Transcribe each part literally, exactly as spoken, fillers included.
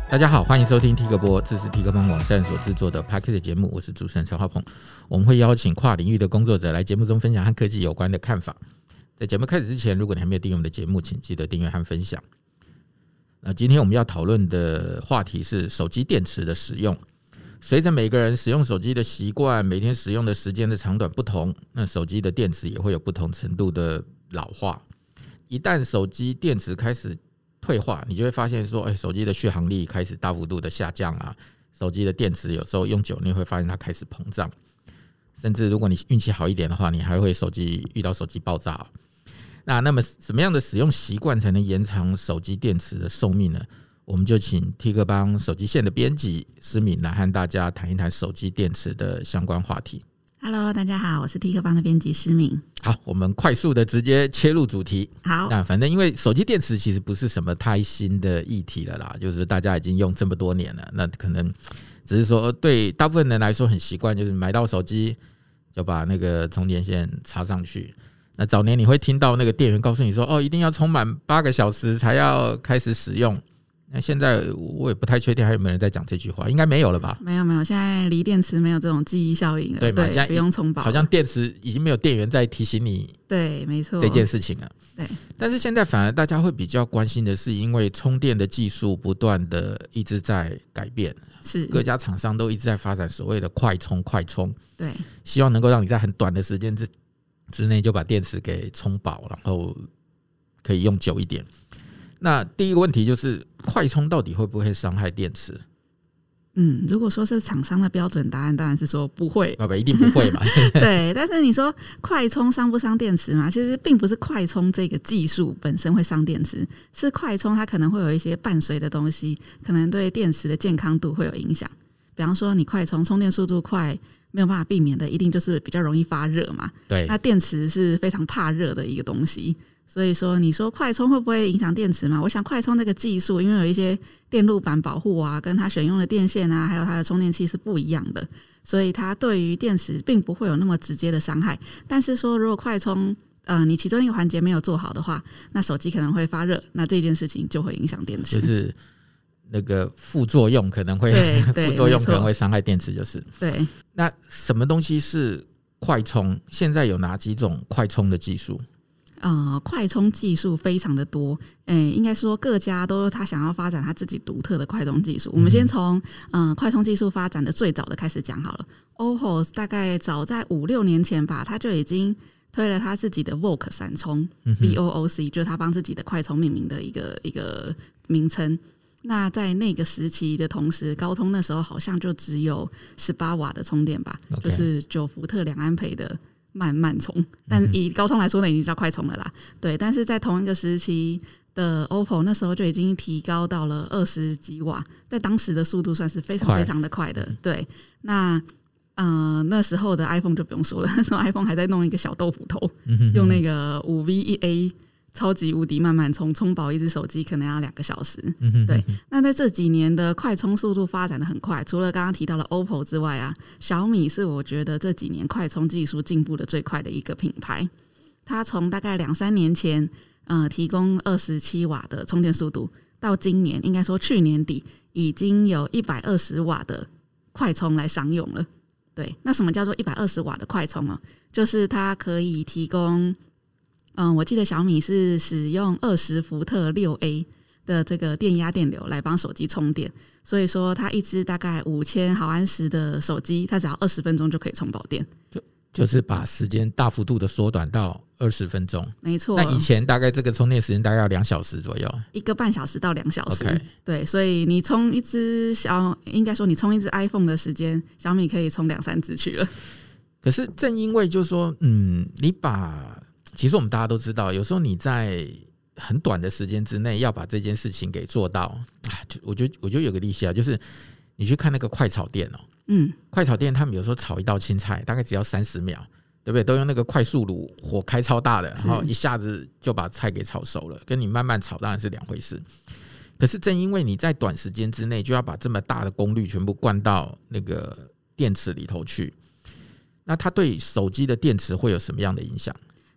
大家好，欢迎收听 T 个播，这是 T 个帮网站所制作的 Podcast 节目，我是主持人陈浩鹏。我们会邀请跨领域的工作者来节目中分享和科技有关的看法。在节目开始之前，如果你还没有订阅我们的节目，请记得订阅和分享。那今天我们要讨论的话题是手机电池的使用。随着每个人使用手机的习惯，每天使用的时间的长短不同，那手机的电池也会有不同程度的老化。一旦手机电池开始退化，你就会发现说，哎，手机的续航力开始大幅度的下降啊，手机的电池有时候用久，你会发现它开始膨胀，甚至如果你运气好一点的话，你还会手机遇到手机爆炸。那那么什么样的使用习惯才能延长手机电池的寿命呢？我们就请 T 个帮手机线的编辑施敏来和大家谈一谈手机电池的相关话题。 Hello， 大家好，我是 T 个帮的编辑施敏。 好，我们快速的直接切入主题。 好， 那反正因为手机电池其实不是什么太新的议题了啦，就是大家已经用这么多年了，那可能只是说对大部分人来说很习惯，就是买到手机就把那个充电线插上去。那早年你会听到那个店员告诉你说，哦，一定要充满八个小时才要开始使用。那现在我也不太确定还有没有人在讲这句话，应该没有了吧？ 没有没有，现在锂电池没有这种记忆效应了， 对嘛？现在不用充饱， 好像电池已经没有店员在提醒你，对，没错，这件事情了。 对， 但是现在反而大家会比较关心的是，因为充电的技术不断的一直在改变， 是各家厂商都一直在发展所谓的快充，快充， 对， 希望能够让你在很短的时间之之内就把电池给充饱，然后可以用久一点。那第一个问题就是，快充到底会不会伤害电池？ 嗯，如果说是厂商的标准答案，当然是说不会， 不不，一定不会嘛。 对，但是你说快充伤不伤电池嘛？其实并不是快充这个技术本身会伤电池，是快充它可能会有一些伴随的东西，可能对电池的健康度会有影响。比方说，你快充充电速度快，没有办法避免的，一定就是比较容易发热嘛。 对， 那电池是非常怕热的一个东西。所以说你说快充会不会影响电池嘛？我想快充这个技术因为有一些电路板保护啊，跟它选用的电线啊，还有它的充电器是不一样的，所以它对于电池并不会有那么直接的伤害。但是说如果快充呃，你其中一个环节没有做好的话，那手机可能会发热，那这件事情就会影响电池， 就是那个副作用可能会副作用可能会伤害电池，就是对。那什么东西是快充？现在有哪几种快充的技术？ 呃，快充技术非常的多，诶，应该说各家都有他想要发展他自己独特的快充技术。我们先从呃快充技术发展的最早的开始讲好了。O P P O 大概早在五六年前吧，他就已经推了他自己的 V O C 闪充 V O O C， 就是他帮自己的快充命名的一个一个名称。那在那个时期的同时，高通那时候好像就只有十八瓦的充电吧， okay. 就是九伏特两安培的慢慢充，但以高通来说呢，已经叫快充了啦。对，但是在同一个时期的 O P P O 那时候就已经提高到了二十几瓦，在当时的速度算是非常非常的快的。对，那呃那时候的 iPhone 就不用说了，那时候 iPhone 还在弄一个小豆腐头，用那个五 V 一 A。超级无敌慢慢充，充饱一只手机可能要两个小时。对，那在这几年的快充速度发展的很快，除了刚刚提到的 O P P O 之外啊，小米是我觉得这几年快充技术进步的最快的一个品牌。它从大概两三年前，呃，提供二十七瓦的充电速度，到今年应该说去年底已经有一百二十瓦的快充来商用了。对，那什么叫做一百二十瓦的快充呢？就是它可以提供。嗯，我记得小米是使用二十伏特 六 A 的这个电压电流来帮手机充电，所以说它一支大概五千毫安时的手机，它只要二十分钟就可以充饱电， 就就是把时间大幅度的缩短到二十分钟。 没错， 那以前大概这个充电时间大概要两小时左右， 一个半小时到两小时。 Okay. 对，所以你充一支小，应该说你充一支 iPhone 的时间，小米可以充两三支去了。 可是正因为就是说，嗯，你把其实我们大家都知道，有时候你在很短的时间之内要把这件事情给做到，啊，我觉得我觉得有个例子啊，就是你去看那个快炒店哦，嗯，快炒店他们有时候炒一道青菜大概只要三十秒，对不对？都用那个快速炉，火开超大的，然后一下子就把菜给炒熟了，跟你慢慢炒当然是两回事。可是正因为你在短时间之内就要把这么大的功率全部灌到那个电池里头去，那它对手机的电池会有什么样的影响？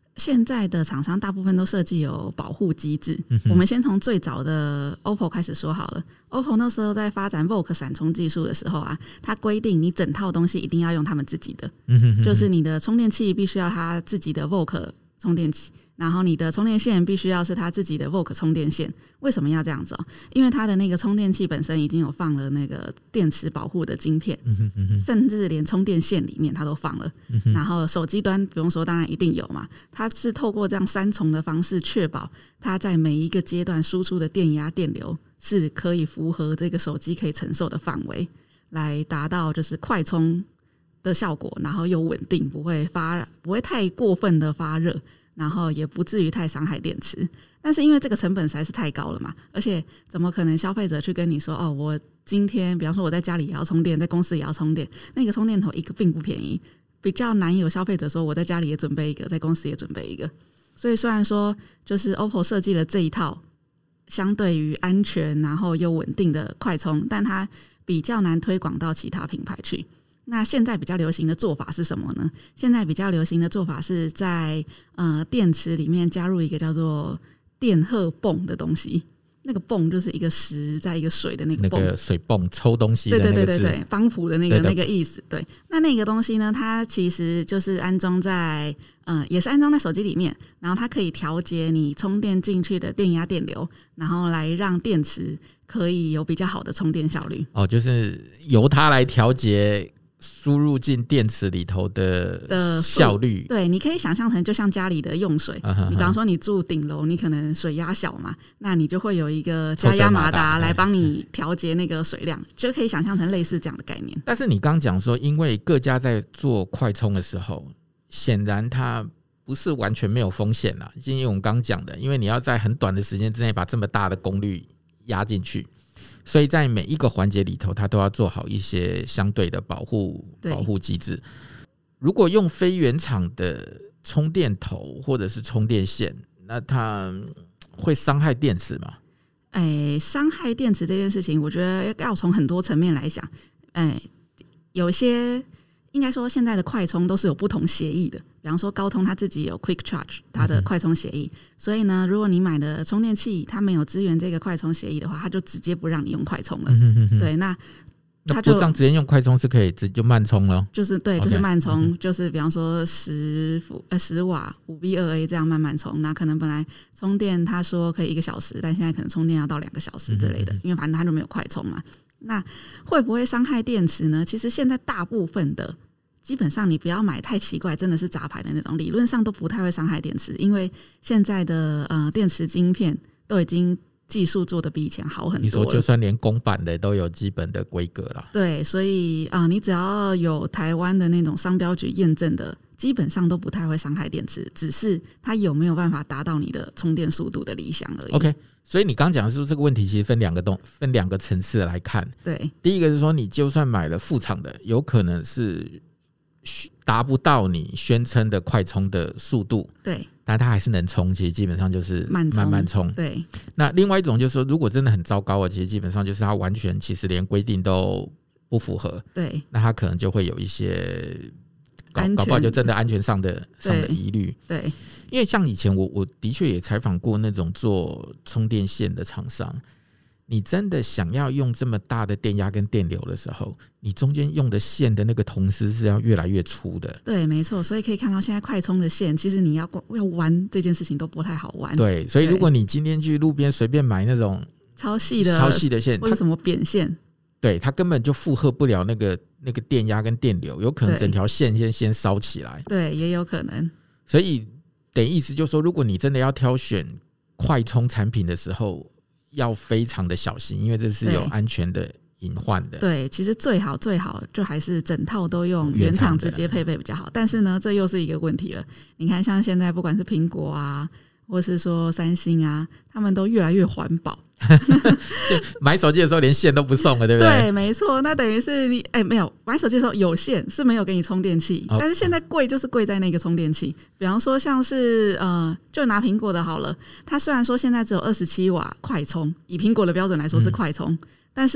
现在的厂商大部分都设计有保护机制、嗯、我们先从最早的 O P P O 开始说好了。 O P P O 那时候在发展 V O C 闪充技术的时候啊，它规定你整套东西一定要用他们自己的、嗯、就是你的充电器必须要他自己的 V O C 充电器，然后你的充电线必须要是他自己的 V O C 充电线。为什么要这样子哦？因为它的那个充电器本身已经有放了那个电池保护的晶片、嗯嗯、甚至连充电线里面它都放了、嗯、然后手机端不用说，当然一定有嘛。它是透过这样三重的方式确保它在每一个阶段输出的电压电流是可以符合这个手机可以承受的范围，来达到就是快充的效果，然后又稳定，不会发不会太过分的发热，然后也不至于太伤害电池。但是因为这个成本实在是太高了嘛，而且怎么可能消费者去跟你说哦，我今天比方说我在家里也要充电，在公司也要充电，那个充电头一个并不便宜，比较难有消费者说我在家里也准备一个，在公司也准备一个。所以虽然说就是 O P P O 设计了这一套相对于安全然后又稳定的快充，但它比较难推广到其他品牌去。那现在比较流行的做法是什么呢？现在比较流行的做法是在呃电池里面加入一个叫做电荷泵的东西。那个泵就是一个石在一个水的那个泵， 那个水泵抽东西的那个字， 对对对对，帮浦的那个那个意思。对，那那个东西呢，它其实就是安装在呃，也是安装在手机里面，然后它可以调节你充电进去的电压电流，然后来让电池可以有比较好的充电效率。 哦，就是由它来调节输入进电池里头的效率。 对，你可以想象成就像家里的用水、uh-huh. 你比方说你住顶楼，你可能水压小嘛，那你就会有一个加压马达来帮你调节那个水量，就可以想象成类似这样的概念。 但是你刚讲说因为各家在做快充的时候，显然它不是完全没有风险啦，因为我们刚讲的，因为你要在很短的时间之内把这么大的功率压进去，所以在每一个环节里头它都要做好一些相对的保护保护机制。如果用非原厂的充电头或者是充电线，那它会伤害电池吗？ 哎，伤害电池这件事情我觉得要从很多层面来想。哎，有些应该说现在的快充都是有不同协议的，比方说高通它自己有 Quick Charge 它的快充协议、嗯、所以呢如果你买的充电器它没有支援这个快充协议的话，它就直接不让你用快充了、嗯、哼哼对，那它就那不这样直接用快充是可以直接就慢充了， 就是对，就是慢充、okay 嗯、就是比方说十伏呃十瓦 五 B 二 A 这样慢慢充，那可能本来充电他说可以一个小时，但现在可能充电要到两个小时之类的、嗯、因为反正它就没有快充嘛。那会不会伤害电池呢？其实现在大部分的基本上你不要买太奇怪真的是杂牌的那种，理论上都不太会伤害电池，因为现在的呃电池晶片都已经技术做的比以前好很多了。你说就算连公版的都有基本的规格啦。 对，所以啊、呃，你只要有台湾的那种商标局验证的，基本上都不太会伤害电池，只是它有没有办法达到你的充电速度的理想而已。 OK， 所以你刚讲的是这个问题其实分两个东分两个层次来看。 对， 第一个是说你就算买了副厂的，有可能是达不到你宣称的快充的速度， 对， 但它还是能充，其实基本上就是慢慢充。 对， 那另外一种就是说，如果真的很糟糕的，其实基本上就是它完全其实连规定都不符合， 对， 那它可能就会有一些搞搞不好就真的安全上的上的疑虑。 对， 因为像以前我我的确也采访过那种做充电线的厂商。你真的想要用这么大的电压跟电流的时候，你中间用的线的那个铜丝是要越来越粗的。 对，没错，所以可以看到现在快充的线其实你要要弯这件事情都不太好弯。 对，所以如果你今天去路边随便买那种超细的超细的线或者什么扁线， 对，它根本就负荷不了那个那个电压跟电流，有可能整条线先先烧起来。 对，也有可能。 所以等意思就是说，如果你真的要挑选快充产品的时候，要非常的小心，因为这是有安全的隐患的。 对，其实最好最好就还是整套都用原厂直接配备比较好。但是呢，这又是一个问题了。你看，像现在不管是苹果啊，或是说三星啊，他们都越来越环保。 买手机的时候连线都不送了，对不对？ 对，没错。那等于是你哎，没有买手机的时候有线是没有给你充电器，哦、但是现在贵就是贵在那个充电器。比方说像是呃，就拿苹果的好了，它虽然说现在只有二十七瓦快充，以苹果的标准来说是快充，嗯、但是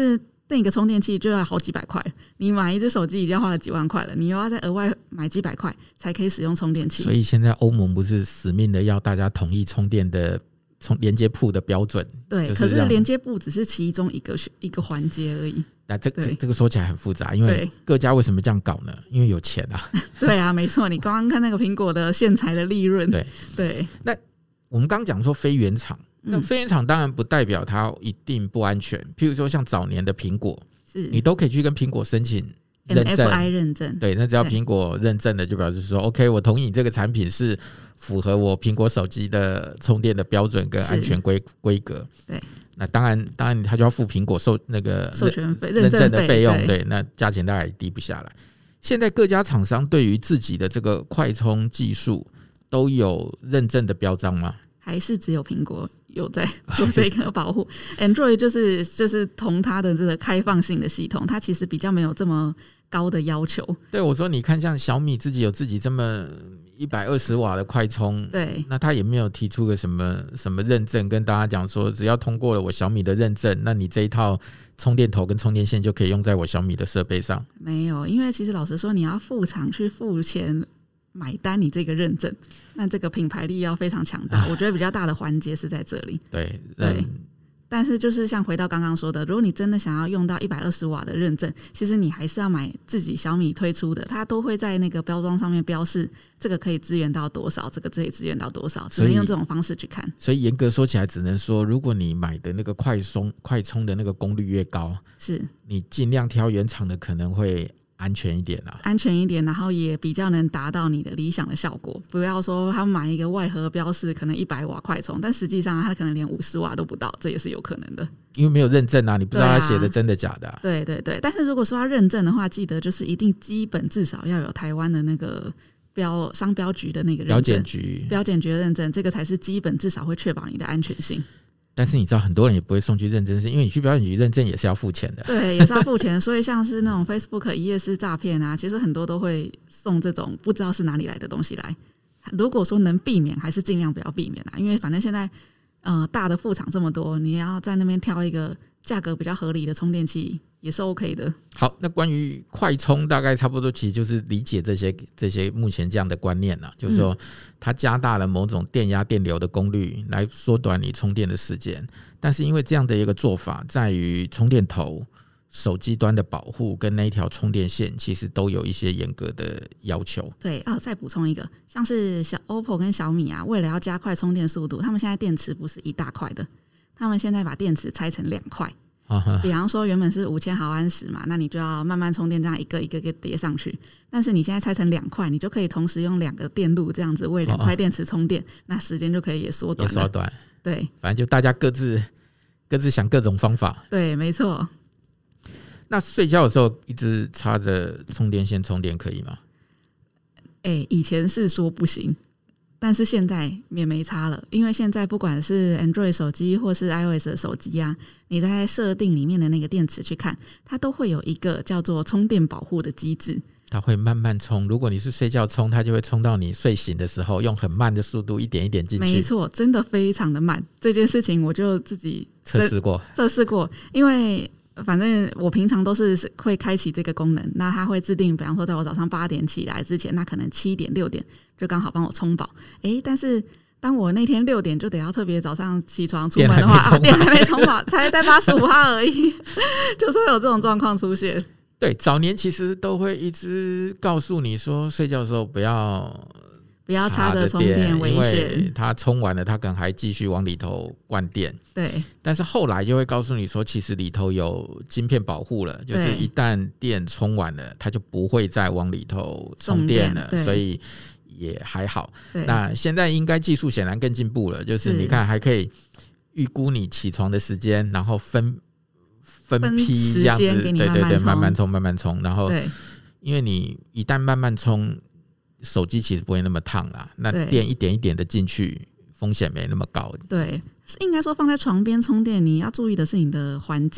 那个充电器就要好几百块，你买一只手机已经花了几万块了，你又要再额外买几百块才可以使用充电器。 所以现在欧盟不是死命的要大家统一充电的充连接铺的标准？ 对， 就是、 可是连接部只是其中一个一个环节而已。 那这这这个说起来很复杂，因为各家为什么这样搞呢？因为有钱啊。 对啊，没错，你刚刚看那个苹果的线材的利润。 对对。 那我们刚讲说非原厂，那非原厂当然不代表它一定不安全。譬如说像早年的苹果，是你都可以去跟苹果申请认证 M F I 认证。 对，那只要苹果认证的，就表示说 OK， 我同意你这个产品是符合我苹果手机的充电的标准跟安全规规格。 对。 那当然，当然，他就要付苹果授那个授权费、 认证的费用， 对， 对，那价钱大概也低不下来。现在各家厂商对于自己的这个快充技术都有认证的标章吗？ 还是只有苹果有在做这个保护？Android 就是就是同它的这个开放性的系统，它其实比较没有这么高的要求。 对，我说你看，像小米自己有自己这么一百二十瓦的快充， 对， 那他也没有提出个什么什么认证，跟大家讲说，只要通过了我小米的认证，那你这一套充电头跟充电线就可以用在我小米的设备上。 没有，因为其实老实说，你要副厂去付钱买单你这个认证，那这个品牌力要非常强大。我觉得比较大的环节是在这里。 对对。但是就是像回到刚刚说的，如果你真的想要用到一百二十瓦的认证，其实你还是要买自己小米推出的，它都会在那个标装上面标示这个可以支援到多少，这个可以支援到多少，只能用这种方式去看。 所以严格说起来，只能说如果你买的那个快充快充的那个功率越高， 是你尽量挑原厂的，可能会安全一点啊， 安全一点，然后也比较能达到你的理想的效果。不要说他买一个外盒标示可能一百瓦快充，但实际上他可能连五十瓦都不到，这也是有可能的。 因为没有认证啊，你不知道他写的真的假的、啊。 对对对，但是如果说要认证的话，记得就是一定基本至少要有台湾的那个标商标局的那个认证，标检局标检局的认证，这个才是基本至少会确保你的安全性。 但是你知道很多人也不会送去认证，是因为你去标检局认证也是要付钱的。 对，也是要付钱。所以像是那种 Facebook 一页式诈骗啊，其实很多都会送这种不知道是哪里来的东西来。如果说能避免，还是尽量不要避免啊，因为反正现在呃大的副厂这么多，你要在那边挑一个价格比较合理的充电器也是 OK 的。 好，那关于快充大概差不多其实就是理解这些这些目前这样的观念啦，就是说它加大了某种电压电流的功率来缩短你充电的时间，但是因为这样的一个做法在于充电头手机端的保护跟那一条充电线其实都有一些严格的要求。 对啊，再补充一个，像是小 O P P O 跟小米啊，为了要加快充电速度，他们现在电池不是一大块的，他们现在把电池拆成两块。比方说原本是五千毫安时嘛，那你就要慢慢充电，这样一个一个一个叠上去。但是你现在拆成两块，你就可以同时用两个电路这样子为两块电池充电，哦、那时间就可以也缩短了。 也缩短。 对， 反正就大家各自各自想各种方法。 对，没错。 那睡觉的时候一直插着充电线充电可以吗？ 欸、以前是说不行。但是现在也没差了，因为现在不管是 Android 手机或是 iOS 的手机啊，你在设定里面的那个电池去看，它都会有一个叫做充电保护的机制。 它会慢慢充，如果你是睡觉充，它就会充到你睡醒的时候，用很慢的速度一点一点进去。 没错，真的非常的慢。这件事情我就自己测试过， 测试过，因为反正我平常都是会开启这个功能，那它会自定，比方说在我早上八点起来之前，那可能七点六点就刚好帮我充饱。哎，但是当我那天六点就得要特别早上起床出门的话，啊，电还没充饱，才在八十五趴而已，就是会有这种状况出现。 对，早年其实都会一直告诉你说，睡觉的时候不要。 不要插着充电危险， 因为它充完了，它可能还继续往里头灌电。 对， 但是后来就会告诉你说，其实里头有晶片保护了，就是一旦电充完了，它就不会再往里头充电了，所以也还好。那现在应该技术显然更进步了，就是你看还可以预估你起床的时间，然后分分批这样子，对对对，慢慢充慢慢充，然后因为你一旦慢慢充。手机其实不会那么烫啦，那电一点一点的进去，风险没那么高。 对，应该说放在床边充电，你要注意的是你的环境。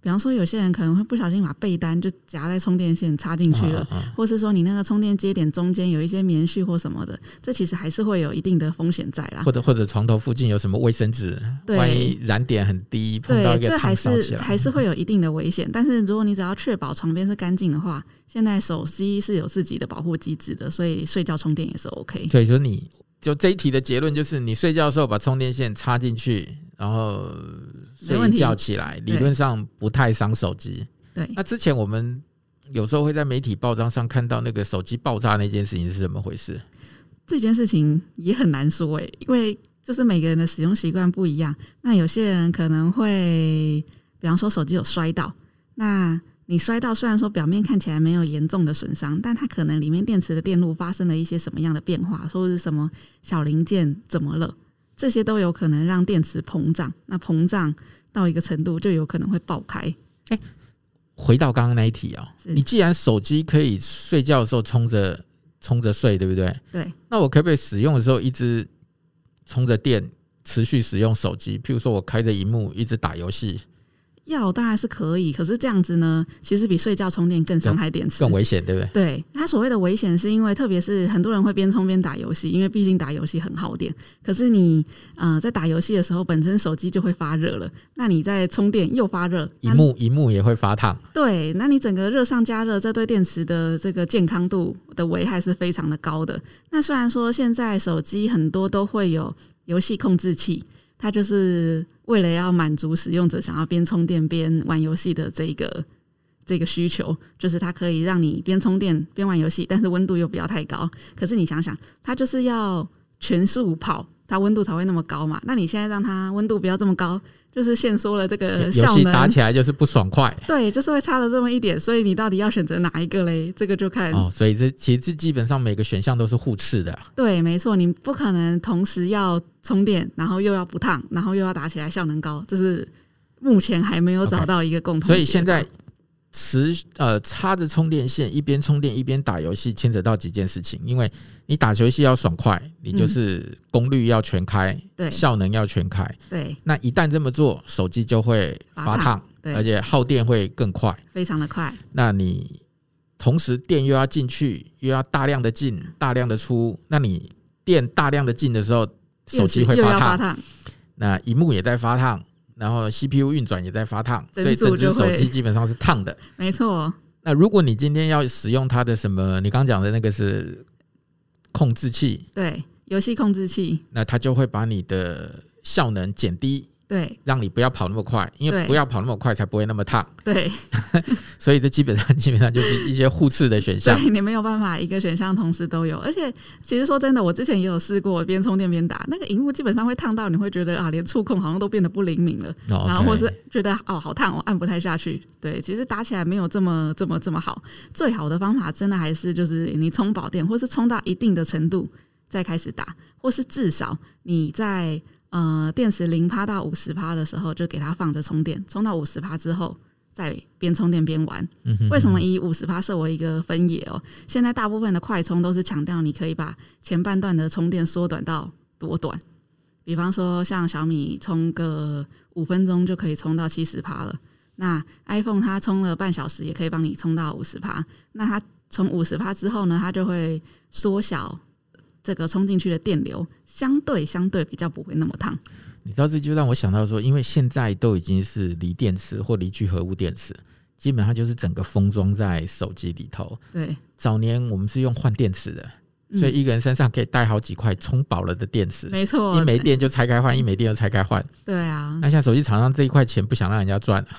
比方说有些人可能会不小心把被单就夹在充电线插进去了， 啊啊或是说你那个充电接点中间有一些棉絮或什么的，这其实还是会有一定的风险在啦。 或者或者床头附近有什么卫生纸，万一燃点很低，碰到一个对，这还是烫烧起来， 还是会有一定的危险。但是如果你只要确保床边是干净的话，现在手机是有自己的保护机制的，所以睡觉充电也是 OK。 所以说你就这一题的结论就是，你睡觉的时候把充电线插进去，然后睡一觉起来，理论上不太伤手机。 对， 那之前我们有时候会在媒体报章上看到那个手机爆炸那件事情是怎么回事？ 这件事情也很难说诶，因为就是每个人的使用习惯不一样。那有些人可能会，比方说手机有摔到，那你摔到虽然说表面看起来没有严重的损伤，但它可能里面电池的电路发生了一些什么样的变化，或者是什么小零件怎么了，这些都有可能让电池膨胀。那膨胀到一个程度，就有可能会爆开。 欸，回到刚刚那一题啊，你既然手机可以睡觉的时候充着充着睡，对不对？ 对。 那我可不可以使用的时候一直充着电，持续使用手机？譬如说我开着萤幕一直打游戏。 要当然是可以，可是这样子呢，其实比睡觉充电更伤害电池， 更危险，对不对？ 对，它所谓的危险是因为，特别是很多人会边充边打游戏，因为毕竟打游戏很耗电。可是你呃在打游戏的时候，本身手机就会发热了，那你在充电又发热， 萤幕萤幕也会发烫。 对，那你整个热上加热，这对电池的这个健康度的危害是非常的高的。那虽然说现在手机很多都会有游戏控制器，它就是为了要满足使用者想要边充电边玩游戏的这个这个需求，就是它可以让你边充电边玩游戏，但是温度又不要太高。可是你想想，它就是要全速跑，它温度才会那么高嘛。那你现在让它温度不要这么高，就是限缩了这个效能， 游戏打起来就是不爽快。 对，就是会差了这么一点，所以你到底要选择哪一个嘞？这个就看哦，所以这其实基本上每个选项都是互斥的。 对，没错，你不可能同时要充电，然后又要不烫，然后又要打起来效能高，这是目前还没有找到一个共同。 所以现在持呃插着充电线一边充电一边打游戏，牵扯到几件事情。因为你打游戏要爽快，你就是功率要全开，对、嗯，效能要全开， 对。 那一旦这么做，手机就会发烫，而且耗电会更快， 非常的快。那你同时电又要进去，又要大量的进，大量的出，那你电大量的进的时候，手机会发烫， 烫那萤幕也在发烫。然后 C P U 运转也在发烫，所以整只手机基本上是烫的。 没错。 那如果你今天要使用它的什么，你刚刚讲的那个是控制器， 对，游戏控制器， 那它就会把你的效能减低， 对， 让你不要跑那么快，因为不要跑那么快才不会那么烫。 对， 所以这基本上基本上就是一些互斥的选项。 对，你没有办法一个选项同时都有，而且其实说真的，我之前也有试过边充电边打，那个萤幕基本上会烫到，你会觉得啊，连触控好像都变得不灵敏了， 哦 okay、 然后或是觉得哦好烫，我按不太下去。对，其实打起来没有这么这么这么好。最好的方法真的还是就是你充饱电，或是充到一定的程度再开始打，或是至少你在呃电池零趴到五十趴的时候就给它放着充电，充到五十趴之后再边充电边玩。为什么以五十趴设为一个分野哦？现在大部分的快充都是强调你可以把前半段的充电缩短到多短，比方说像小米充个五分钟就可以充到七十趴了，那 iPhone 它充了半小时也可以帮你充到五十趴。那它从五十趴之后呢，它就会缩小这个充进去的电流，相对相对比较不会那么烫。 你知道这就让我想到说，因为现在都已经是锂电池或锂聚合物电池，基本上就是整个封装在手机里头。 对， 早年我们是用换电池的，所以一个人身上可以带好几块充饱了的电池。 没错， 一没电就拆开换，一没电就拆开换。 对啊， 那现在手机厂商这一块钱不想让人家赚、啊、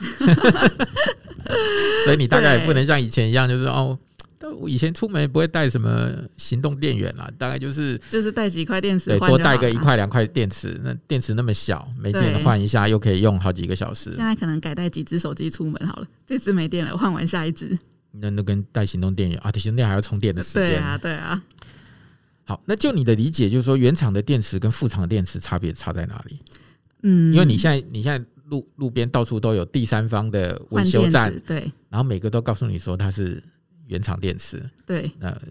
所以你大概也不能像以前一样，就是哦。我以前出门也不会带什么行动电源啦，大概就是就是带几块电池对， 换就好了， 多带个一块两块电池。那电池那么小，没电换一下又可以用好几个小时。 现在可能改带几只手机出门好了，这只没电了，换完下一只。 那那跟带行动电源啊，行动电源还要充电的时间。 对啊，对啊。 好，那就你的理解，就是说原厂的电池跟副厂的电池差别差在哪里？ 嗯， 因为你现在你现在路路边到处都有第三方的维修站， 对， 然后每个都告诉你说它是原厂电池， 对， 呃，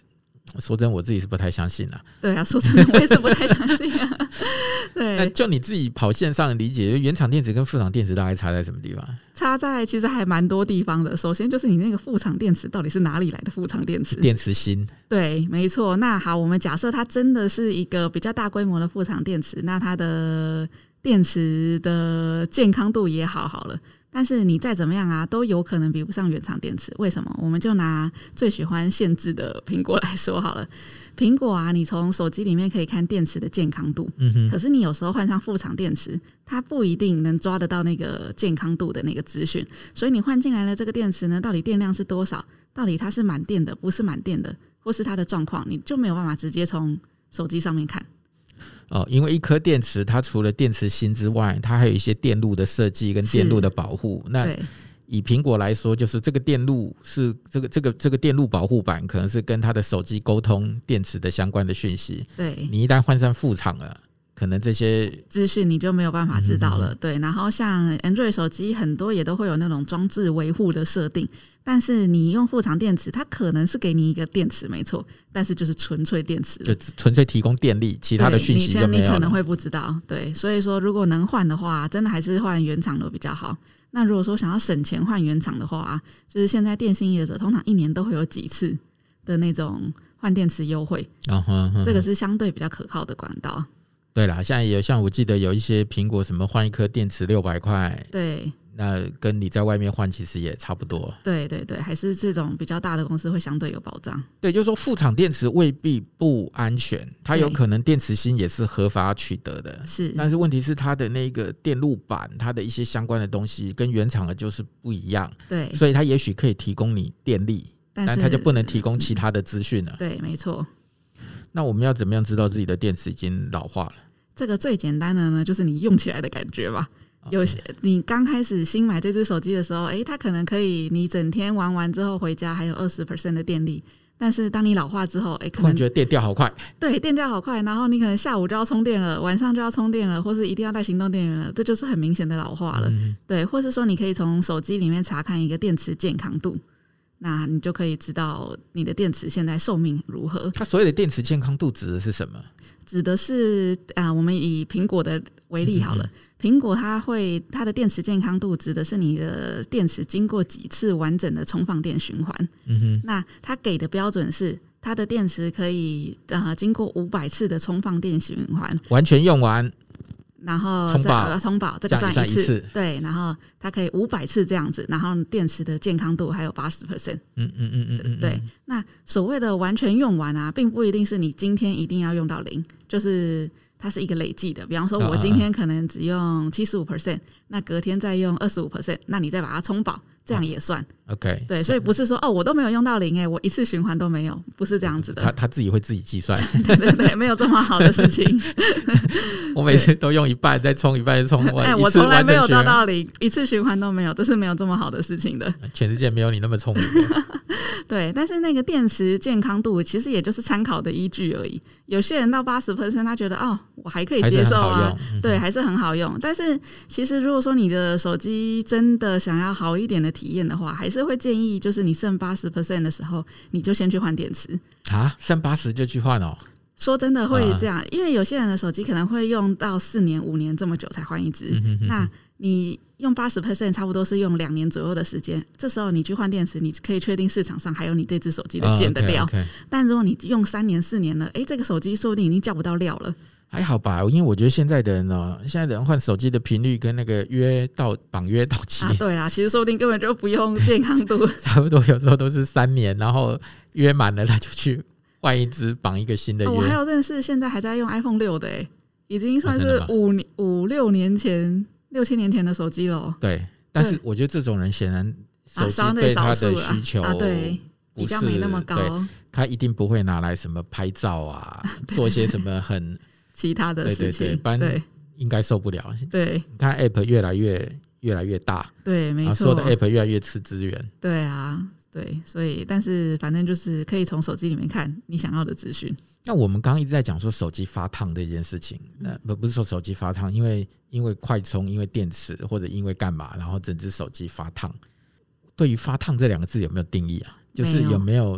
说真的我自己是不太相信啊。 对啊，说真的我也是不太相信啊。对， 那就你自己跑线上理解，原厂电池跟副厂电池大概差在什么地方？ 差在其实还蛮多地方的。首先就是你那个副厂电池到底是哪里来的副厂电池？ 电池芯。对， 没错。那好，我们假设它真的是一个比较大规模的副厂电池，那它的电池的健康度也好好了。但是你再怎么样啊，都有可能比不上原厂电池。为什么？我们就拿最喜欢限制的苹果来说好了。苹果啊，你从手机里面可以看电池的健康度，嗯哼，可是你有时候换上副厂电池，它不一定能抓得到那个健康度的那个资讯。所以你换进来的这个电池呢，到底电量是多少？到底它是满电的，不是满电的，或是它的状况，你就没有办法直接从手机上面看。 哦，因为一颗电池它除了电池芯之外，它还有一些电路的设计跟电路的保护。那以苹果来说，就是这个电路是这个这个这个电路保护板，可能是跟它的手机沟通电池的相关的讯息。对，你一旦换上副厂了，可能这些资讯你就没有办法知道了。嗯、对，然后像 Android 手机很多也都会有那种装置维护的设定。但是你用副厂电池，它可能是给你一个电池没错，但是就是纯粹电池， 就纯粹提供电力，其他的讯息就没有了。 你可能会不知道。对，所以说如果能换的话，真的还是换原厂的比较好。那如果说想要省钱换原厂的话，就是现在电信业者通常一年都会有几次的那种换电池优惠，哦呵呵呵，这个是相对比较可靠的管道。 对啦，现在也像我记得有一些苹果什么换一颗电池六百块， 对， 那跟你在外面换其实也差不多。 对对对，还是这种比较大的公司会相对有保障。 对，就是说副厂电池未必不安全，它有可能电池芯也是合法取得的，是。但是问题是它的那个电路板，它的一些相关的东西跟原厂的就是不一样。对，所以它也许可以提供你电力，但是它就不能提供其他的资讯了。 对，没错。 那我们要怎么样知道自己的电池已经老化了？ 这个最简单的呢，就是你用起来的感觉吧。有些你刚开始新买这只手机的时候，哎，它可能可以你整天玩完之后回家还有 百分之二十 的电力，但是当你老化之后，哎，可能突然觉得电掉好快。 对，电掉好快，然后你可能下午就要充电了，晚上就要充电了，或是一定要带行动电源了，这就是很明显的老化了。嗯、对，或是说你可以从手机里面查看一个电池健康度。那你就可以知道你的电池现在寿命如何。 它所谓的电池健康度指的是什么？ 指的是啊，我们以苹果的为例好了，苹、嗯、果它会它的电池健康度指的是你的电池经过几次完整的充放电循环。嗯哼，那它给的标准是它的电池可以呃经过五百次的充放电循环， 完全用完。 然后充饱， 充饱这个算一 次, 一次，对，然后它可以五百次这样子，然后电池的健康度还有 百分之八十。嗯嗯嗯嗯嗯，对。那所谓的完全用完啊，并不一定是你今天一定要用到零，就是它是一个累计的。比方说，我今天可能只用 百分之七十五， 那隔天再用 百分之二十五， 那你再把它充饱，这样也算。OK， 对，所以不是说哦，我都没有用到零，哎，我一次循环都没有，不是这样子的。 他他自己会自己计算。 对对对，没有这么好的事情。 我每次都用一半，再充一半，再充完。 哎，我从来没有到到零，一次循环都没有，这是没有这么好的事情的。 全世界没有你那么聪明。 对，但是那个电池健康度其实也就是参考的依据而已。有些人到 百分之八十， 他觉得哦，我还可以接受啊，嗯、对，还是很好用。但是其实如果说你的手机真的想要好一点的体验的话，还是会建议就是你剩 百分之八十 的时候，你就先去换电池啊，剩八十就去换哦。 说真的会这样，因为有些人的手机可能会用到四年、五年这么久才换一支。嗯、那你用 百分之八十 差不多是用两年左右的时间，这时候你去换电池，你可以确定市场上还有你这只手机的件的料。Oh, okay, okay. 但如果你用三年、四年了，哎，这个手机说不定已经叫不到料了。 还好吧，因为我觉得现在的人呢，现在的人换手机的频率跟那个约到绑约到期啊，对啊，其实说不定根本就不用健康度， 差不多有时候都是三年，然后约满了他就去换一支绑一个新的约。 哦、我还有认识现在还在用 iPhone 六的，哎，已经算是五年五六年前六七年前的手机了。 对，但是我觉得这种人显然手机对他的需求啊，对，比较没那么高， 他一定不会拿来什么拍照啊，做些什么很。 其他的事情，对对对， 不然应该受不了。 对， 你看 App 越来越越来越大， 对，没错， 所有的 App 越来越吃资源。 对啊，对，所以但是反正就是可以从手机里面看你想要的资讯。 那我们刚刚一直在讲说手机发烫这件事情，那不不是说手机发烫，因为因为快充，因为电池或者因为干嘛，然后整只手机发烫。对于发烫这两个字有没有定义啊？就是有没有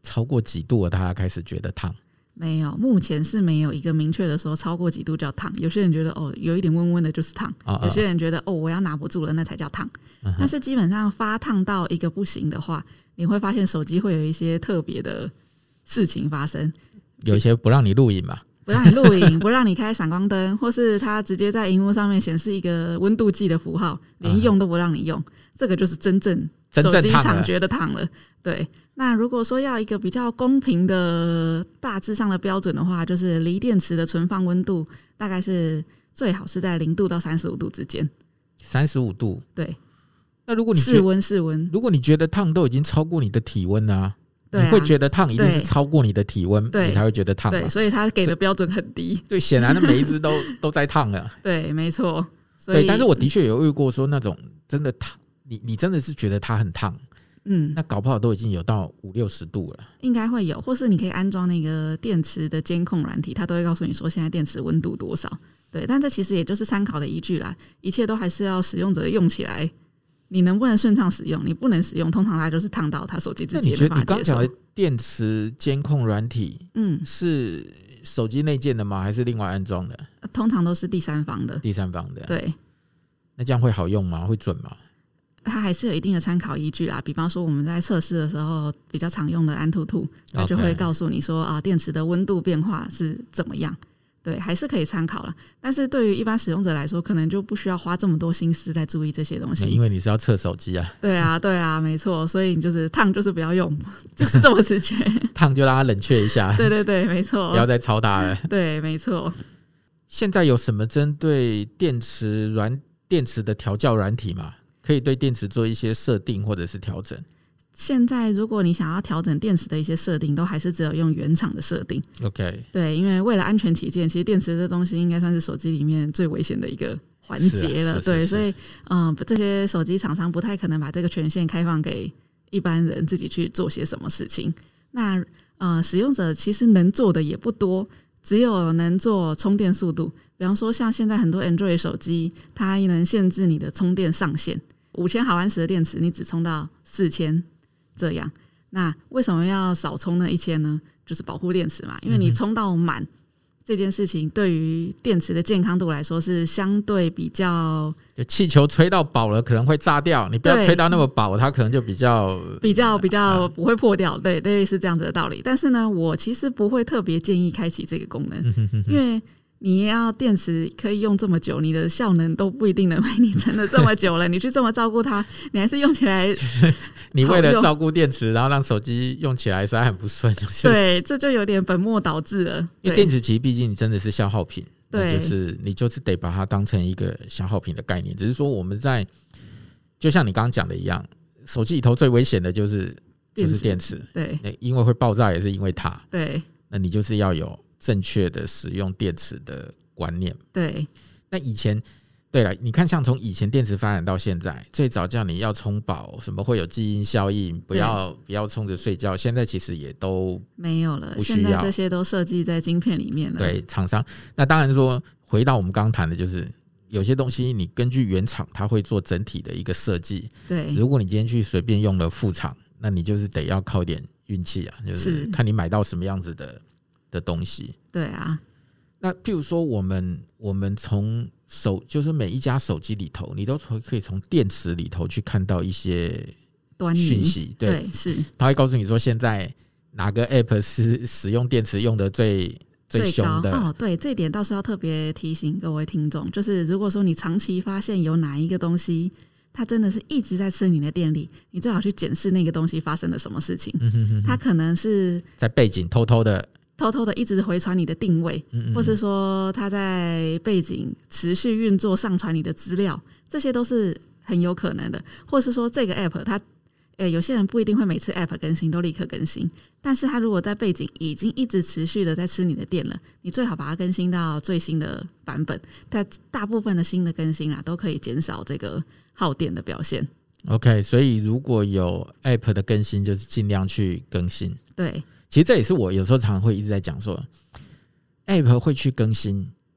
超过几度了，他开始觉得烫？ 没有，目前是没有一个明确的说超过几度叫烫。有些人觉得哦，有一点温温的就是烫，哦哦有些人觉得哦，我要拿不住了，那才叫烫。嗯、但是基本上发烫到一个不行的话，你会发现手机会有一些特别的事情发生， 有一些不让你录影嘛。 不让你录影，不让你开闪光灯，或是它直接在荧幕上面显示一个温度计的符号，连用都不让你用，嗯、这个就是真正手机厂觉得烫了。对，那如果说要一个比较公平的大致上的标准的话，就是锂电池的存放温度大概是最好是在零度到三十五度之间。 三十五度， 对。 那如果你室温室温， 如果你觉得烫都已经超过你的体温啊。 对啊、 你会觉得烫一定是超过你的体温，你才会觉得烫。 对，所以他给的标准很低。 对，显然的每一只都都在烫了。 对，没错。 对，但是我的确有遇过说那种真的烫，你你真的是觉得它很烫，嗯，那搞不好都已经有到五六十度了。 应该会有，或是你可以安装那个电池的监控软体，它都会告诉你说现在电池温度多少。对，但这其实也就是参考的依据啦，一切都还是要使用者用起来。你能不能顺畅使用？你不能使用，通常它就是烫到他手机自己也没办法接受。 那你觉得你刚讲的电池监控软体，嗯，是手机内建的吗？还是另外安装的？ 通常都是第三方的。 第三方的， 对。 那这样会好用吗？会准吗？ 它还是有一定的参考依据啦。比方说我们在测试的时候比较常用的安兔兔，它就会告诉你说啊，电池的温度变化是怎么样。对，还是可以参考了。但是对于一般使用者来说，可能就不需要花这么多心思在注意这些东西。 因为你是要测手机啊。 对啊，对啊，没错。所以你就是烫就是不要用，就是这么直觉。 烫就让它冷却一下。 对对对，没错。 不要再超大了。 对，没错。 现在有什么针对电池软电池的调校软体吗？可以对电池做一些设定或者是调整？ 现在如果你想要调整电池的一些设定，都还是只有用原厂的设定。 OK， 对，因为为了安全起见，其实电池这东西应该算是手机里面最危险的一个环节了。 是啊、是是是对，所以嗯，这些手机厂商不太可能把这个权限开放给一般人自己去做些什么事情。那呃，使用者其实能做的也不多，只有能做充电速度。比方说像现在很多 Android 手机，它能限制你的充电上限，五千毫安时的电池你只充到四千这样。那为什么要少充那一千呢？就是保护电池嘛，因为你充到满这件事情对于电池的健康度来说是相对比较， 气球吹到饱了可能会炸掉，你不要吹到那么饱，它可能就比较比较比较不会破掉。对对，是这样子的道理。但是呢，我其实不会特别建议开启这个功能，因为你要电池可以用这么久，你的效能都不一定能为你撑了这么久了，你去这么照顾它，你还是用起来你为了照顾电池，然后让手机用起来实在很不顺。 对，这就有点本末倒置了。 因为电池其实毕竟真的是消耗品， 对， 就是你就是得把它当成一个消耗品的概念。只是说我们在就像你刚刚讲的一样，手机里头最危险的就是就是电池， 对， 因为会爆炸也是因为它。 对， 那你就是要有正确的使用电池的观念。 对， 那以前对了，你看像从以前电池发展到现在，最早叫你要充饱，什么会有基因效应，不要不要冲着睡觉，现在其实也都没有了， 不需要， 现在这些都设计在晶片里面了。 对，厂商那当然说，回到我们刚刚谈的，就是有些东西你根据原厂，它会做整体的一个设计。 对， 如果你今天去随便用了副厂，那你就是得要靠点运气啊，就是看你买到什么样子的的东西。 对啊， 那譬如说我们我们从手就是每一家手机里头，你都可以从电池里头去看到一些讯息。对， 对，是他会告诉你说现在哪个 app 是使用电池用的最最凶的。 哦，对，这一点倒是要特别提醒各位听众，就是如果说你长期发现有哪一个东西它真的是一直在吃你的电力，你最好去检视那个东西发生了什么事情。嗯哼哼哼，它可能是在背景偷偷的偷偷的一直回传你的定位，嗯嗯，或是说它在背景持续运作上传你的资料，这些都是很有可能的。或是说这个 app 它呃，有些人不一定会每次 app 更新都立刻更新，但是它如果在背景已经一直持续的在吃你的电了，你最好把它更新到最新的版本。但大部分的新的更新啊，都可以减少这个耗电的表现。 OK， 所以如果有 app 的更新就是尽量去更新。 对， 其实这也是我有时候常常会一直在讲说 app 会去更新，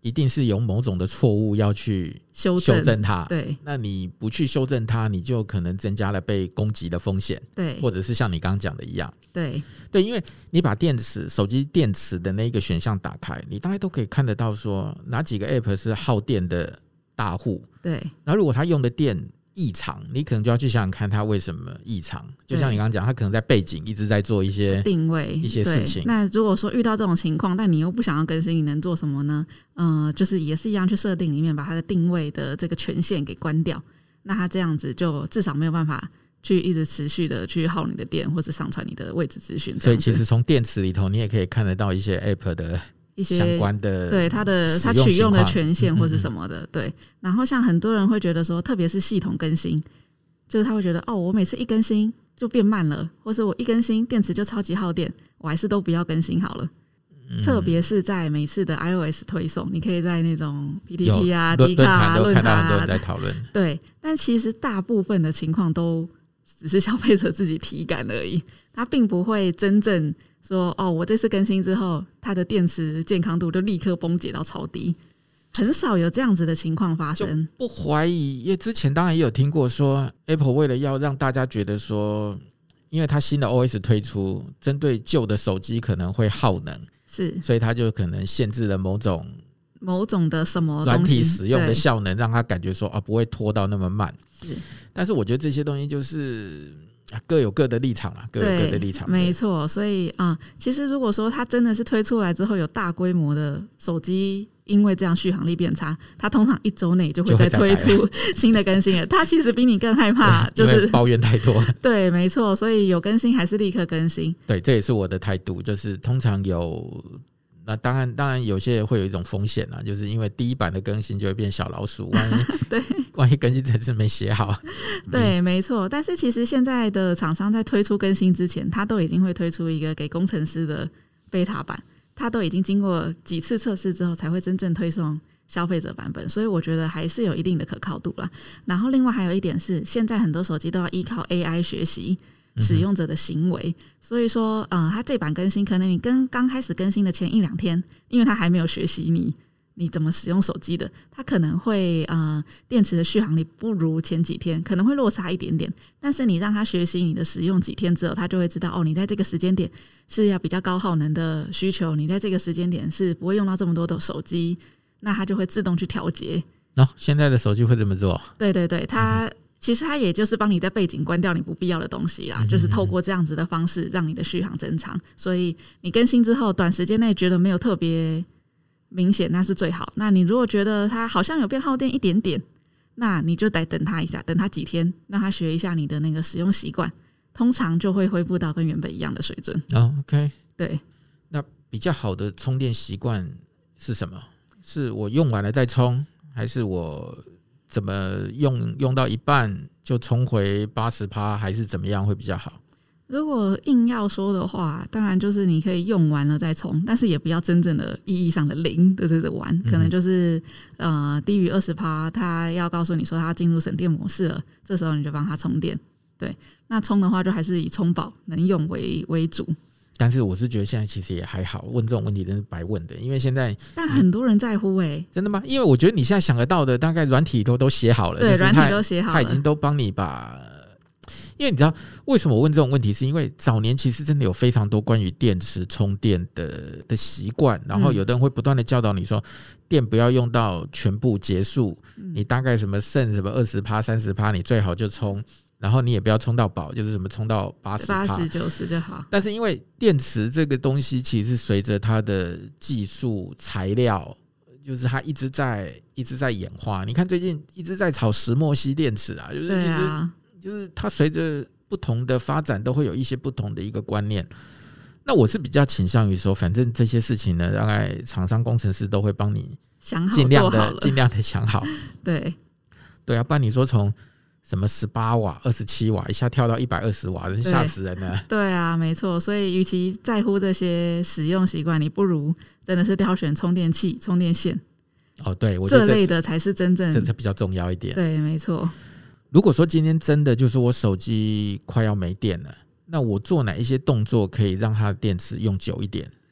一定是有某种的错误要去修正修正它。 对， 那你不去修正它，你就可能增加了被攻击的风险。 对， 或者是像你刚刚讲的一样。 对对，因为你把电池手机电池的那个选项打开，你大概都可以看得到说哪几个 App 是耗电的大户。 对， 然后如果它用的电异常，你可能就要去想想看它为什么异常。就像你刚刚讲，它可能在背景一直在做一些定位一些事情。 那如果说遇到这种情况，但你又不想要更新，你能做什么呢？呃，就是也是一样去设定里面把它的定位的这个权限给关掉。那它这样子就至少没有办法去一直持续的去耗你的电，或是上传你的位置资讯。 所以其实从电池里头，你也可以看得到一些 App 的一些相关的对它的它取用的权限或是什么的。嗯嗯嗯对，然后像很多人会觉得说，特别是系统更新，就是他会觉得哦，我每次一更新就变慢了，或是我一更新电池就超级耗电，我还是都不要更新好了。嗯、特别是在每次的 iOS 推送，你可以在那种 P T T 啊、D 卡啊、 论坛啊，很多人在讨论。 对，但其实大部分的情况都只是消费者自己体感而已，他并不会真正说哦，我这次更新之后，它的电池健康度就立刻崩解到超低。很少有这样子的情况发生。 不怀疑，因为之前当然也有听过说 Apple 为了要让大家觉得说，因为它新的 O S 推出，针对旧的手机可能会耗能，是，所以它就可能限制了某种某种的什么软体使用的效能，让它感觉说啊不会拖到那么慢。是，但是我觉得这些东西就是各有各的立场啦，各有各的立场。 没错，所以啊、嗯，其实如果说它真的是推出来之后有大规模的手机因为这样续航力变差，它通常一周内就会再推出新的更新了。它其实比你更害怕，就是抱怨太多。 对，没错，所以有更新还是立刻更新。 对，这也是我的态度，就是通常有。那当然，当然有些人会有一种风险啊，就是因为第一版的更新就会变小老鼠，万一对，万一更新程式没写好， 对，没错。但是其实现在的厂商在推出更新之前，他都已经会推出一个给工程师的beta版，他都已经经过几次测试之后才会真正推送消费者版本，所以我觉得还是有一定的可靠度啦。然后另外还有一点是，现在很多手机都要依靠 A I 学习使用者的行为，所以说，呃，它这版更新，可能你跟刚开始更新的前一两天，因为它还没有学习你你怎么使用手机的，它可能会呃电池的续航力不如前几天，可能会落差一点点。但是你让它学习你的使用几天之后，它就会知道哦，你在这个时间点是要比较高耗能的需求，你在这个时间点是不会用到这么多的手机，那它就会自动去调节。 哦，现在的手机会这么做？ 对对对，它。嗯其实它也就是帮你在背景关掉你不必要的东西啦，嗯嗯嗯就是透过这样子的方式让你的续航增长。所以你更新之后，短时间内觉得没有特别明显，那是最好。那你如果觉得它好像有变耗电一点点，那你就得等它一下，等它几天，让它学一下你的那个使用习惯，通常就会恢复到跟原本一样的水准。 哦 OK， 对。 那比较好的充电习惯是什么？是我用完了再充，还是我怎么用用到一半就充回 百分之八十 还是怎么样会比较好？ 如果硬要说的话，当然就是你可以用完了再充，但是也不要真正的意义上的零的这个玩，可能就是呃低于 百分之二十， 它要告诉你说它进入省电模式了，这时候你就帮它充电。对，那充的话就还是以充饱能用为为主。 但是我是觉得现在其实也还好，问这种问题真是白问的，因为现在但很多人在乎哎、欸， 真的吗？因为我觉得你现在想得到的，大概软体都都写好了， 对，软体都写好了， 他已经都帮你把。因为你知道为什么我问这种问题，是因为早年其实真的有非常多关于电池充电的的习惯，然后有的人会不断的教导你说，电不要用到全部结束，你大概什么剩什么 百分之二十 三十 你最好就充。然后你也不要充到饱，就是什么充到 百分之八十九十 就好。 但是因为电池这个东西其实是随着它的技术材料，就是它一直在一直在演化。你看最近一直在炒石墨烯电池啊，就是对啊， 就是它随着不同的发展都会有一些不同的一个观念。那我是比较倾向于说，反正这些事情呢，大概厂商工程师都会帮你想好尽量的尽量的想好。 对对啊，不然你说从什么十八瓦、二十七瓦，一下跳到一百二十瓦，真吓死人了。 对啊，没错。所以，与其在乎这些使用习惯，你不如真的是挑选充电器、充电线。 哦，对，我觉得这, 这类的才是真正， 这才比较重要一点。 对，没错。 如果说今天真的就是我手机快要没电了，那我做哪一些动作可以让它的电池用久一点？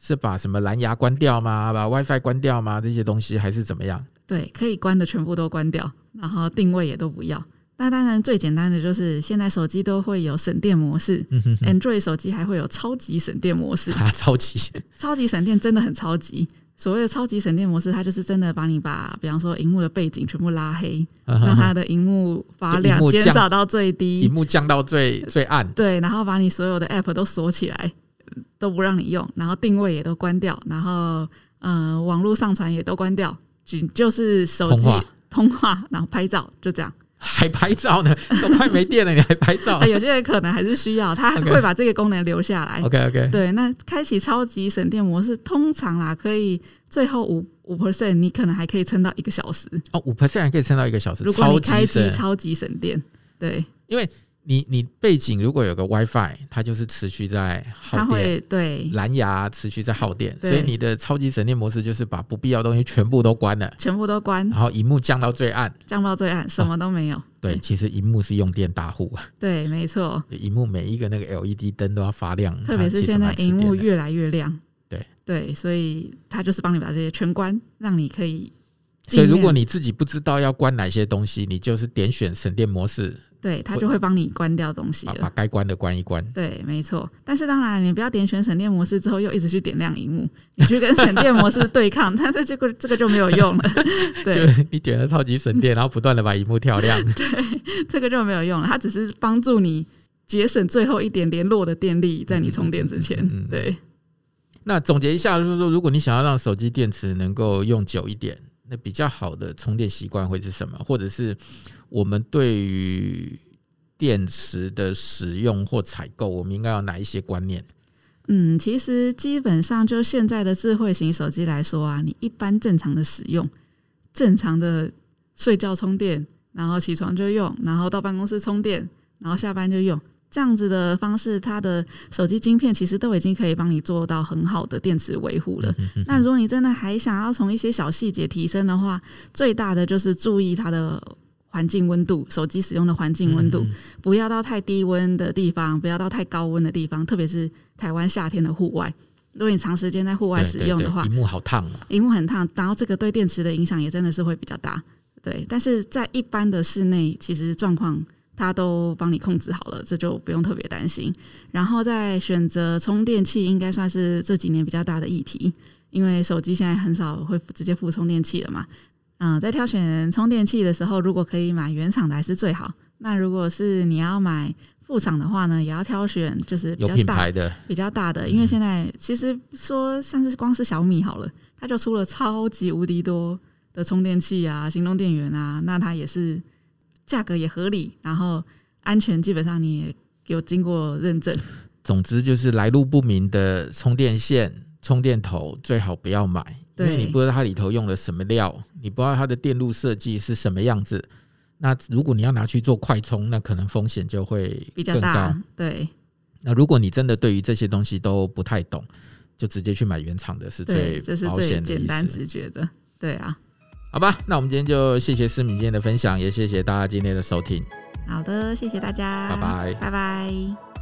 是把什么蓝牙关掉吗？把 WiFi 关掉吗？这些东西还是怎么样？ 对，可以关的全部都关掉，然后定位也都不要。那当然最简单的就是现在手机都会有省电模式、嗯、哼哼 Android 手机还会有超级省电模式、 啊、超级超级省电真的很超级。所谓的超级省电模式，它就是真的把你把比方说萤幕的背景全部拉黑，嗯、让它的萤幕发亮减少到最低， 萤幕降到最最暗， 对，然后把你所有的 App 都锁起来，都不让你用，然后定位也都关掉，然后呃网络上传也都关掉，就是手机通话，然后拍照，就这样。 还拍照呢？都快没电了，你还拍照？ 有些人可能还是需要，他会把这个功能留下来。 OK OK。 对，那开启超级省电模式，通常啦可以最后五五 percent， 你可能还可以撑到一个小时。 哦，五 percent 还可以撑到一个小时。 如果你开启超级省电，对， 因为你你背景如果有个 WiFi， 它就是持续在耗电，它会对蓝牙持续在耗电，所以你的超级省电模式就是把不必要的东西全部都关了， 全部都关， 然后萤幕降到最暗， 降到最暗，什么都没有。哦、 对，其实萤幕是用电大户啊。 对，没错， 萤幕每一个那个 L E D 灯都要发亮， 特别是现在萤幕越来越亮。 对对，所以它就是帮你把这些全关，让你可以。 所以如果你自己不知道要关哪些东西，你就是点选省电模式。 对，它就会帮你关掉东西了， 把该关的关一关。 对，没错。但是当然，你不要点选省电模式之后又一直去点亮萤幕，你去跟省电模式对抗，但是这个这个就没有用了。对， 就你点了超级省电，然后不断的把萤幕跳亮。 对，这个就没有用了。它只是帮助你节省最后一点联络的电力，在你充电之前。嗯、对。 那总结一下，就是说，如果你想要让手机电池能够用久一点，那比较好的充电习惯会是什么？或者是我们对于电池的使用或采购，我们应该有哪一些观念？ 嗯，其实基本上就现在的智慧型手机来说啊，你一般正常的使用，正常的睡觉充电，然后起床就用，然后到办公室充电，然后下班就用，这样子的方式，它的手机晶片其实都已经可以帮你做到很好的电池维护了。嗯、哼哼那如果你真的还想要从一些小细节提升的话，最大的就是注意它的环境温度，手机使用的环境温度、嗯、不要到太低温的地方，不要到太高温的地方，特别是台湾夏天的户外，如果你长时间在户外使用的话， 萤幕好烫、哦、 萤幕很烫，然后这个对电池的影响也真的是会比较大。对，但是在一般的室内其实状况它都帮你控制好了，这就不用特别担心。然后再选择充电器，应该算是这几年比较大的议题，因为手机现在很少会直接附充电器了嘛。嗯，在挑选充电器的时候，如果可以买原厂的还是最好。那如果是你要买副厂的话呢，也要挑选就是比较大有品牌的、 比较大的，因为现在其实说像是光是小米好了，它就出了超级无敌多的充电器啊、行动电源啊，那它也是价格也合理，然后安全基本上你也有经过认证。 总之就是来路不明的充电线、充电头最好不要买。因为你不知道它里头用了什么料，你不知道它的电路设计是什么样子，那如果你要拿去做快充，那可能风险就会更高。比较大。对。那如果你真的对于这些东西都不太懂，就直接去买原厂的是最保险的意思。这是最简单直觉的。对啊。好吧，那我们今天就谢谢思敏今天的分享，也谢谢大家今天的收听。 好的，谢谢大家， 拜拜， 拜拜。